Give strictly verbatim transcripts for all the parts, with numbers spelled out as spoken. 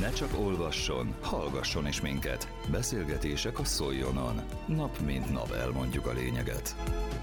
Ne csak olvasson, hallgasson is minket. Beszélgetések a Szoljonon. Nap mint nap elmondjuk a lényeget.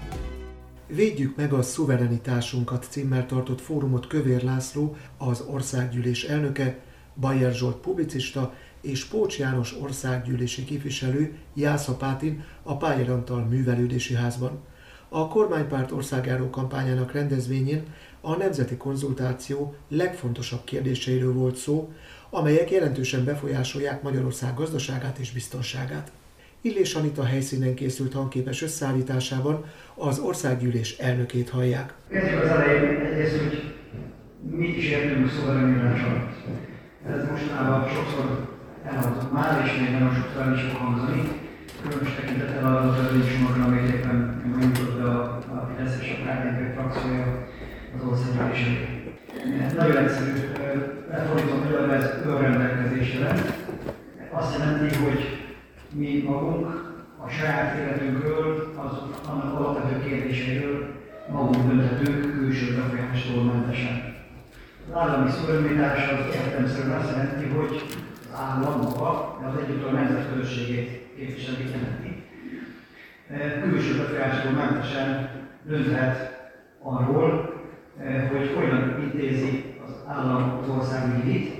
Védjük meg a szuverenitásunkat címmel tartott fórumot Kövér László, az országgyűlés elnöke, Bayer Zsolt publicista és Pócs János országgyűlési képviselő Jász Apátin a Pályér Antal Művelődési Házban. A kormánypárt országjáró kampányának rendezvényén a nemzeti konzultáció legfontosabb kérdéseiről volt szó, amelyek jelentősen befolyásolják Magyarország gazdaságát és biztonságát. Illés Anita helyszínen készült hangképes összeállításában az országgyűlés elnökét hallják. Kezdjük az elején egyrészt, hogy mit is értünk szuverenitás alatt. Ez mostanában sokszor elhangzott már, és még nagyon sokszor el is fog hangzani. Különös tekintettel arra az előzősorra, amit éppen megnyújtott be a, a Fidesz és a ká dé pé frakciója az országgyűlésre. Nagyon egyszerű, lefordítom, hogy ez önrendelkezésre. Azt jelenti, hogy mi magunk a saját életünkről, az, annak alapvető kérdéseiről magunk dönthetünk külső befolyástól mentesen. Az állami szuverenitás az értelemszerűen azt jelenti, hogy az állam maga, az együtt a nemzetközösségét képviseli jelenti. Külső befolyástól mentesen dönthet arról, hogy hogyan intézi az állam az országügyét,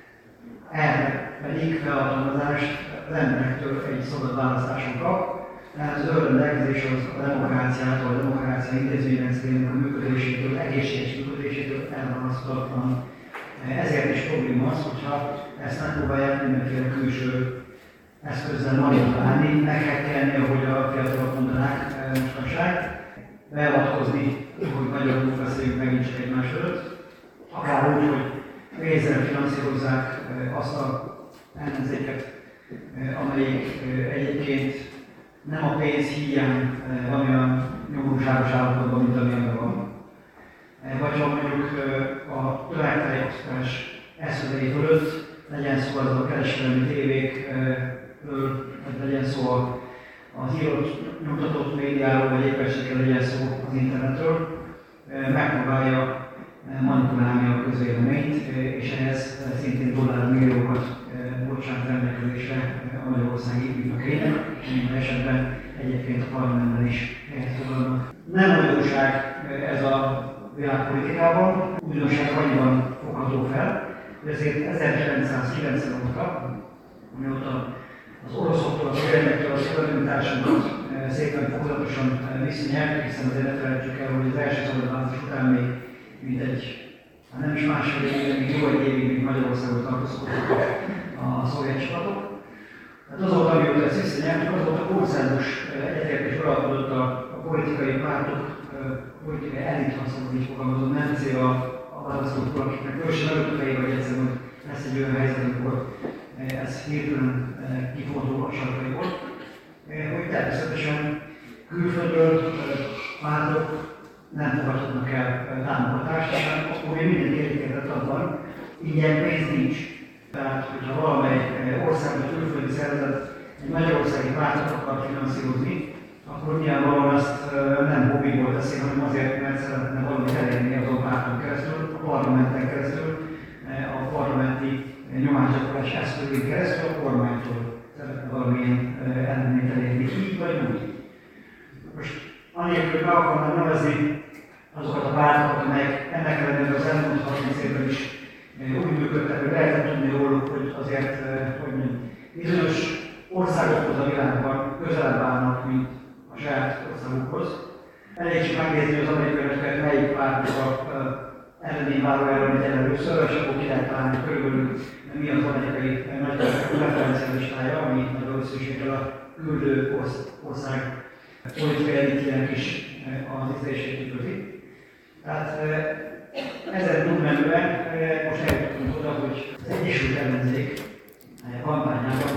erre pedig felhatalmazást az emberektől egy szabad választáson kap, tehát az önrendelkezés az a demokráciától, a demokrácia intézményrendszerének a működésétől, egészséges működésétől elválaszthatatlan. Ezért is probléma az, hogyha ezt megpróbálják mindenféle külső eszközzel manipulálni, meghekkelni, ahogy a fiatalok mondanák mostanság, beavatkozni, hogy magyarul beszéljük megint csak egymás előtt, akár úgy, hogy pénzzel finanszírozzák azt a ellenzéket, amelyik egyébként nem a pénz hiány van olyan nyomorúságos állapotban, mint amilyenben van. Vagy ha mondjuk a tömegtájékoztatás eszközei fölött legyen szó az a kereskedelmi tévékről, vagy legyen szó az írott, nyomtatott médiáról, vagy éppenséggel legyen szó az internetről, megpróbálja manipulálni a közvéleményt, és ehhez szintén dollármilliókat bocsánat rendelkezésre a magyarországi ügynökének, és minden esetben egyébként a parlamentben is elfogadnak. Nem újdonság ez a világpolitikában, újdonság annyiban fogható fel, hogy ezért ezerkilencszázkilencven óta, amióta az oroszoktól, az szovjetektől a szuverenitásunkat szépen fokozatosan visszanyertük, hiszen azért ne felejtsük el, hogy az első szabadválasztás után még mint egy, hát nem is másfél évig, még jó egy évig, még Magyarországon tartózkodtak a szovjet csapatok. Hát azóta, amióta ezt visszanyertük, azóta konszenzus egyetértés uralkodott a, a politikai pártok, a politikai elit, ha szabad így fogalmazom, nem cél a, a választóktól, akiknek különösen előtt a fejében, hogy egyszerűen lesz egy olyan helyzet, amikor ez hirtelen kifordul a sarkaiból, hogy természetesen külföldről pártok nem fogadhatnak el támogatást, hanem akkor még mindenki egyetértett abban, ingyen pénz nincs. Tehát, hogyha valamely országban külföldi szervezet egy magyarországi pártot akar finanszírozni, akkor nyilvánvalóan azt nem hobbiból teszi, hanem azért, mert szeretne valamit elérni azon párton keresztül, a parlamenten keresztül, a parlamenti nyomásgyakorlás eszközén keresztül, a kormánytól szeretne valamilyen eredményt elérni, így vagy úgy. Most anélkül be akarnám nevezni azokat a pártokat, amelyek ennek ellenére az elmúlt harminc évben is úgy működtek, hogy lehetett tudni róluk, hogy azért, hogy bizonyos országokhoz a világban közelebb állnak, mint a saját országukhoz. Elég csak megnézni az amerikaiakat, melyik pártok elleni várójára megy el először, és akkor ki lehet találni körülbelül mi az amerikai nagy referencialistája, ami nagy valószínűséggel a küldő ország politikai elitjének is az ízlését tükrözi. Tehát ezen túlmenően most eljutottunk oda, hogy az Egyesült Ellenzék kampányában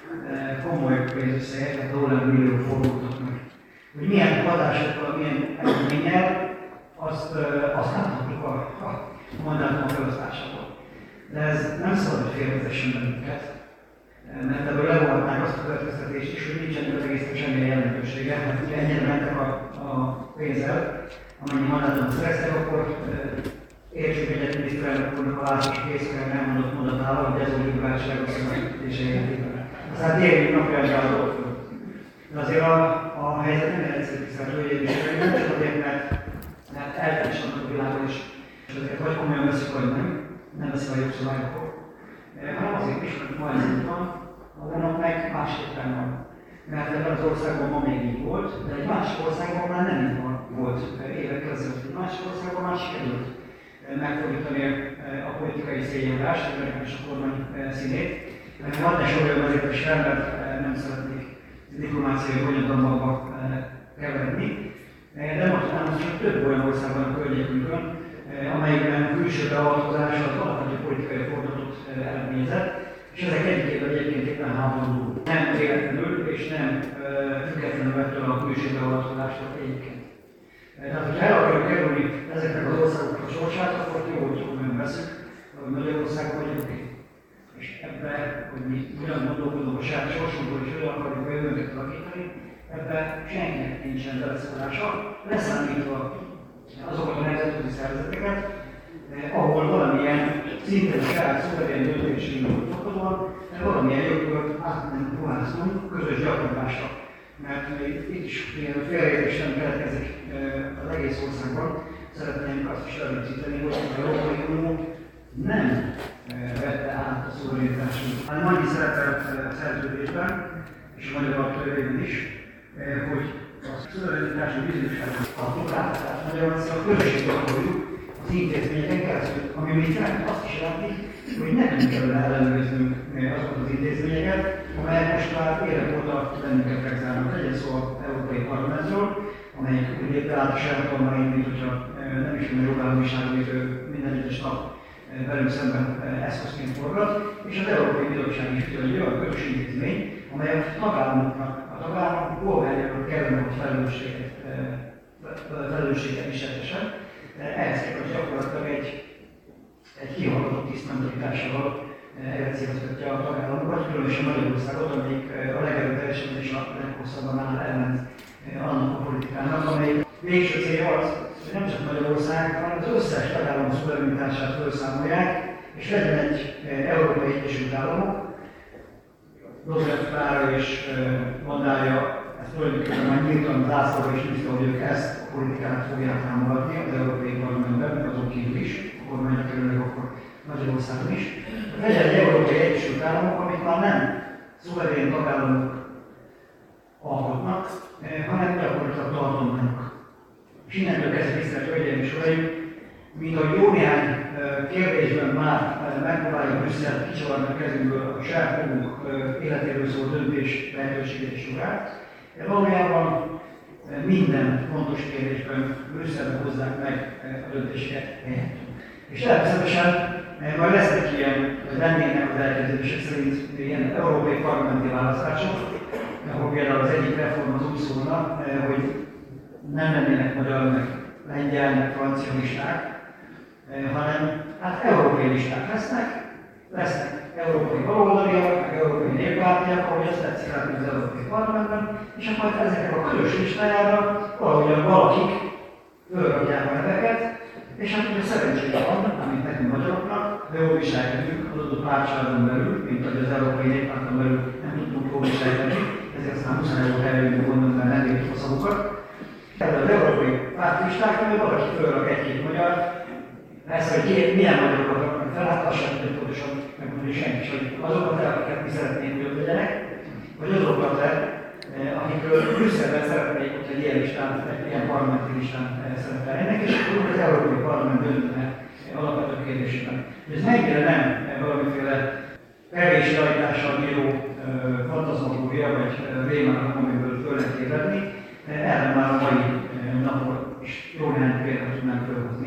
komoly pénzösszegeket, dollármillió fordultak meg. Hogy milyen hatásokkal, milyen eredménnyel, azt, azt láthatjuk a, a mandátum felosztásával. De ez nem szabad, hogy félrevezessen bennünket, mert ebből levonhatnák azt a következtetést is, hogy nincsen az egésznek semmilyen jelentősége, mert ugye ennyire mentek a, a pénzzel, amennyi mandátumot szereztek, akkor értsük egyet miniszterelnök úrnak a látási készülően elmondott mondatával, hogy ez a liberáltságos szövetkezése életében. Aztán térjünk napjárra a dolgokról. De azért a, a helyzet nem egyszerű, tisztelt hölgyeim és uraim, nem csak azért, mert, mert eltársadnak a világon is, és ezeket vagy komolyan veszik, vagy nem, nem veszik a jogszabályokról, hanem azért is, hogy ma ez így van, a hónap meg másképpen van. Mert ebben az országban ma még így volt, de egy másik országban már nem így volt évekkel ezelőtt. Egy másik országban már sikerült megfordítani a politikai szégyellást, és a kormány színét. Van ne soroljon azért is fel, mert nem szeretnék diplomáciai bonyodalmakba keveredni. De most már csak több olyan országban a környékünkön, amelyikben külső beavatkozás az alapvető politikai fordulatot eredményezett, és ezek egyikében egyébként éppen háború. Nem véletlenül és nem függetlenül ettől a külső beavatkozástól egyébként. Tehát, hogyha el akarjuk kerülni ezeknek az országoknak a sorsát, akkor jó, hogy komolyan veszünk, hogy Magyarországon vagyunk itt. És ebben, hogy mi hogyan gondolkodunk a saját sorsunkról és hogyan akarjuk a jövőnket alakítani, ebben senkinek nincsen beleszólása, leszámítva azokat a nemzetközi szervezeteket, ahol valamilyen szinten a saját szuverén döntésünkről fokozóan valamilyen jogkört átmenni ruháztunk közös gyakorlásra. Mert itt is félreértés nem keletkezik az egész országban. Szeretném azt is előzíteni, hogy az Európai Unió nem vette át a szuverenitásunkat, hanem annyi szerepel a szerződésben, és a magyar alaptörvényben is, hogy a szuverenitásunk bizonyosságban a munkáltatás Magyarországon közösséget akarjuk az intézményeken keresztül, ami még azt is jelenti, hogy nekünk kellene ellenőriznünk azokat az intézményeket, amelyek most már évek óta bennünket megzárnak. Legyen szó az Európai Parlamentről, amelyik úgy lépte át a saját kormányt, mint hogyha nem is minden jogállamiság, amit ő minden egyes nap velünk szemben eszközként forgat, és az Európai Bizottság is egy olyan közös intézmény, amely a tagállamoknak, a tagállamok polgárjáról kellene, hogy felelősséget, felelősséget viseltessen. Ehhez képest gyakorlatilag egy, egy kihallgatott tisztmentalitással elcéloztatja a tagállamokat, különösen Magyarországot, amelyik a legerőteljesebb és a leghosszabban áll ellen annak a politikának, amely végső célja az, hogy nem csak Magyarország, hanem az összes tagállam szuverenitását felszámolják, és legyen egy Európai Egyesült Államok. Roosevelt Klára és Mandája ezt tulajdonképpen már nyíltan zászlóra is tűzte, hogy ők ezt a politikát fogják támogatni az Európai Parlamentben, azon kívül is, a kormányok kerülnek akkor Magyarországon is. Legyen egy Európai Egyesült Államok, amit már nem szuverén tagállamok alkotnak, hanem gyakorlatilag tartományok. És innentől kezdve tisztelt hölgyeim és uraim, mint ahogy jó néhány kérdésben már megpróbálja Brüsszelt kicsavarni a kezünkből a saját magunk életéről szóló döntés lehetőséget és jogát, de valójában minden fontos kérdésben Brüsszelbe hozzák meg a döntéseket helyettünk. És természetesen majd lesznek ilyen, vagy lennének az elképzelések szerint ilyen európai parlamenti választások, ahol például az egyik reform az úgy szólna, hogy nem lennének magyar, meg lengyel, meg francia listák, hanem hát európai listák lesznek, lesznek európai baloldaliak, meg európai néppártiak, ahogy ezt tetszik látni az Európai Parlamentben, és akkor ezeknek a közös listájára valahogyan valakik fölrakják a neveket, és hát ugye szerencsére van, amit nekünk magyaroknak, de jól viselkedünk az adott pártságon belül, mint hogy az Európai Néppárton belül nem tudtunk jól viselkedni, ezért aztán huszonegy helyünk gondolom, mert nem értjük a szavukat. Ebben az európai pártlistákon, hogy valaki fölrak egy-két magyar, persze, hogy két, milyen magyarokat raknak fel, hát azt sem tudjuk pontosan megmondani senki, hogy azokat le, akiket mi szeretnénk, hogy ott legyenek, vagy azokat le, akikről Brüsszelben szeretnék, hogy egy ilyen listán, egy ilyen parlamenti listán szerepeljenek, és akkor az Európai Parlament döntene alapvető kérdésében. Ez mennyire nem valamiféle kevési rajtással bíró fantazmagória, vagy rémálom, amiből föl lehet ébredni, erre már a mai napon is jó néhány példát tudnánk felhozni.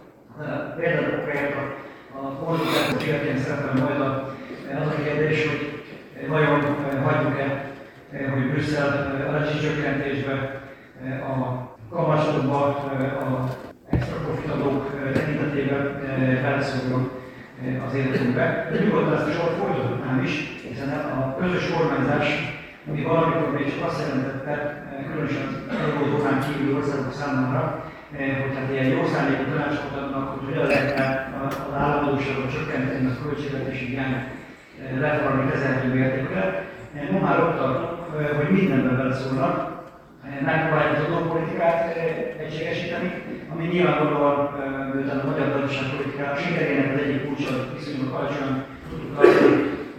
Például okért a konzultáció kérdésén szerepel majd az a kérdés, hogy vajon hagyjuk-e, hogy Brüsszel a rezsicsökkentésbe, a kamatstopba, az extra profitadók tekintetében beleszóljon az életünkbe. De nyugodtan ezt a sor folytatnám is, hiszen a közös kormányzás, ami valamikor még csak azt jelentette, különösen az eurózónán kívüli országok számára, hogy hát ilyen jó szándékú tanácsot adnak, hogy hogyan lehetne az államadóságot csökkenteni, a költségvetési hiányt reformálni kezelhető mértékre. Ma már ott tartunk, hogy mindenben beleszólnak, megpróbálják az adópolitikát egységesíteni, ami nyilvánvalóan, miután a magyar gazdaságpolitikának sikerének az egyik kulcsa, viszonylag alacsonyan tudtuk tartani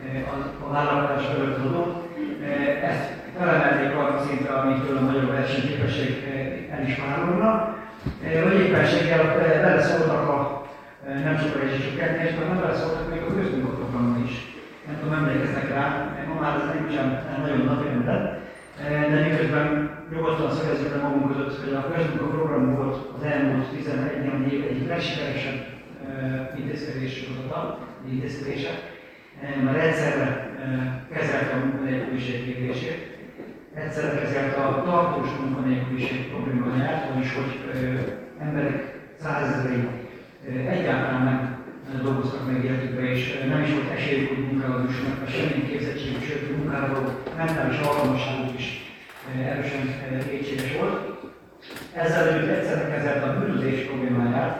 a vállalkozás előtt az adót. Ezt felemelték arra a szintre, amitől a magyar versenyképesség el is párolna. Vagy éppenséggel beleszóltak a nem sokáig is csökkentést, hanem beleszóltak még a közmunkaprogramot is. Nem tudom, emlékeznek rá, ma már ez nincsen nagyon napirenden, de miközben nyugodtan szögezzük le magunk között, hogy a közmunkaprogram volt az elmúlt tizenegy év egyik legsikeresebb intézkedés sorozata, intézkedése, mert egyszerre kezelte a munkanélküliség kérdését, egyszerre kezelte a tartós munkanélküliség problémáját, vagyis hogy emberek százezrei egyáltalán nem dolgoztak meg életükbe, és nem is volt esélyük, hogy munkához jussanak, mert semmilyen képzettségük, sőt munkára való mentális alkalmasságuk is erősen kétséges volt. Ezzel együtt egyszerre kezelte a bűnözés problémáját,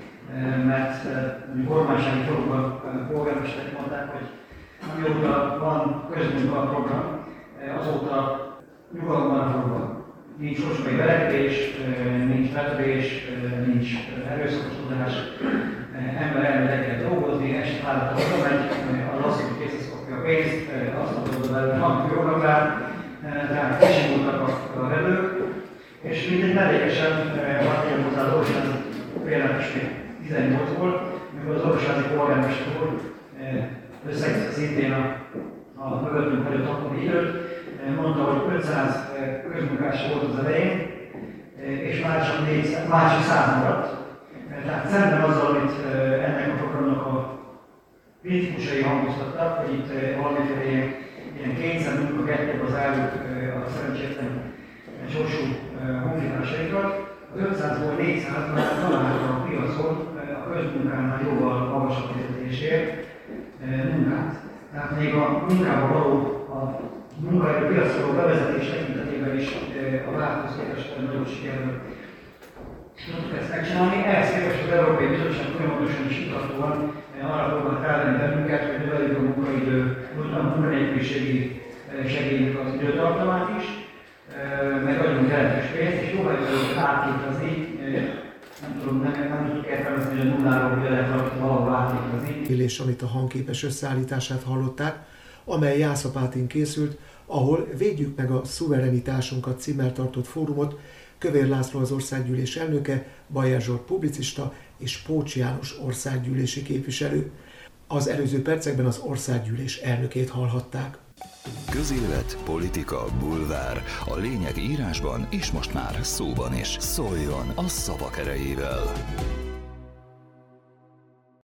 mert kormánysági forumban polgármesterek mondták, hogy amióta van közmunkaprogram, azóta nyugalomban forogva. Nincs oskai verekedés, nincs betörés, nincs erőszakosodás, ember elmegy kell dolgozni, este állata oda megy, az azt, hogy készítsz kapja a pénzt, azt mondod belőle, van jónak rá, tehát kisimultak a redők, és mindegy mellékesen hat év hozzá az orvosázi például is még tizennyolcból, amikor az orvosázi polgármester úr összegezte szintén a, a mögöttünk előtt akkori időt, mondta, hogy ötszáz közmunkás volt az elején, és már csak négyszáz, másik száz maradt. Tehát szemben azzal, amit ennek a programnak a kritikusai hangoztattak, hogy itt valamiféle ilyen, ilyen kényszer munka kettőbb az állók a szerencsétlen sorsú honfitársaikat, az ötszázból négyszáz már találta a piacon a közmunkánál jóval magasabb fizetésért munkát. Tehát még a munkában való a munkaerő piacról bevezetés tekintetében is a várthoz képest nagyobb sikerül tudtuk ezt megcsinálni. Ehhez képest az Európai Bizottság folyamatosan is mutatóan arra próbált rávenni bennünket, hogy növeljük a munkaidő, a munkanélküliségi segélynek az időtartamát is, meg adjunk jelentős pénzt, és próbáljuk előtt átképezni, nem tudom, nem, nem tudjuk értelmezni, hogy a nulláról ugye lehet valahol átképezni. És amit a hangképes összeállítását hallották, amely Jászapátin készült, ahol Védjük meg a szuverenitásunkat címmel tartott fórumot Kövér László az országgyűlés elnöke, Bayer Zsolt publicista és Pócs János országgyűlési képviselő. Az előző percekben az országgyűlés elnökét hallhatták. Közélet, politika, bulvár. A lényeg írásban és most már szóban is. Szóljon a szavak erejével!